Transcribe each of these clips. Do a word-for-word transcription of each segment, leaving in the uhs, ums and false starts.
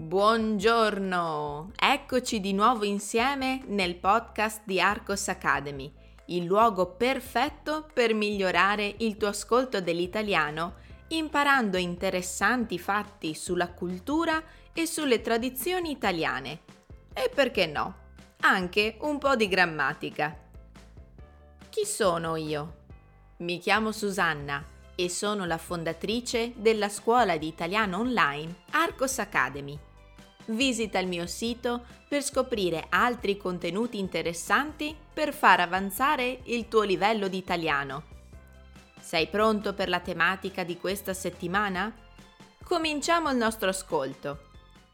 Buongiorno! Eccoci di nuovo insieme nel podcast di Arcos Academy, il luogo perfetto per migliorare il tuo ascolto dell'italiano, imparando interessanti fatti sulla cultura e sulle tradizioni italiane. E perché no? Anche un po' di grammatica. Chi sono io? Mi chiamo Susanna e sono la fondatrice della scuola di italiano online Arcos Academy. Visita il mio sito per scoprire altri contenuti interessanti per far avanzare il tuo livello di italiano. Sei pronto per la tematica di questa settimana? Cominciamo il nostro ascolto.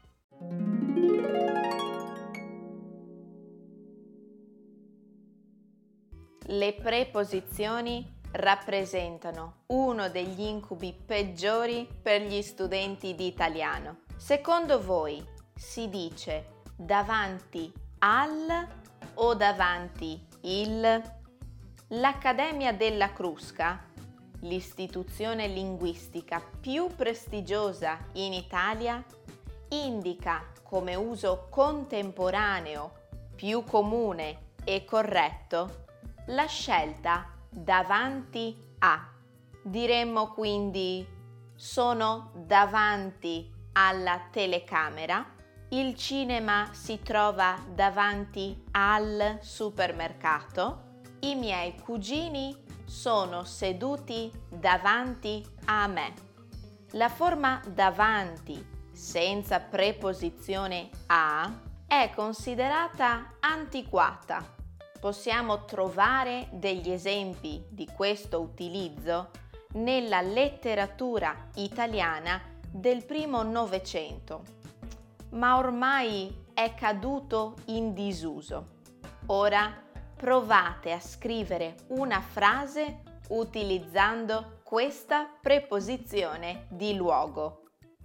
Le preposizioni rappresentano uno degli incubi peggiori per gli studenti di italiano. Secondo voi si dice davanti al o davanti il? L'Accademia della Crusca, l'istituzione linguistica più prestigiosa in Italia, indica come uso contemporaneo, più comune e corretto la scelta davanti a. Diremmo quindi sono davanti alla telecamera, il cinema si trova davanti al supermercato, i miei cugini sono seduti davanti a me. La forma davanti senza preposizione a è considerata antiquata. Possiamo trovare degli esempi di questo utilizzo nella letteratura italiana del primo Novecento, ma ormai è caduto in disuso. Ora provate a scrivere una frase utilizzando questa preposizione di luogo.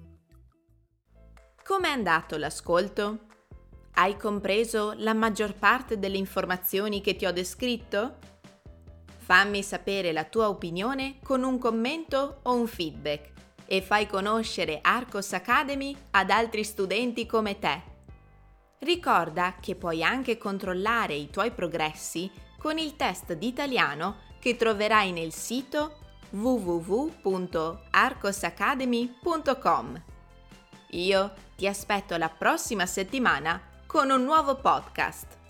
Com'è andato l'ascolto? Hai compreso la maggior parte delle informazioni che ti ho descritto? Fammi sapere la tua opinione con un commento o un feedback e fai conoscere Arcos Academy ad altri studenti come te. Ricorda che puoi anche controllare i tuoi progressi con il test di italiano che troverai nel sito w w w punto arcosacademy punto com. Io ti aspetto la prossima settimana con un nuovo podcast.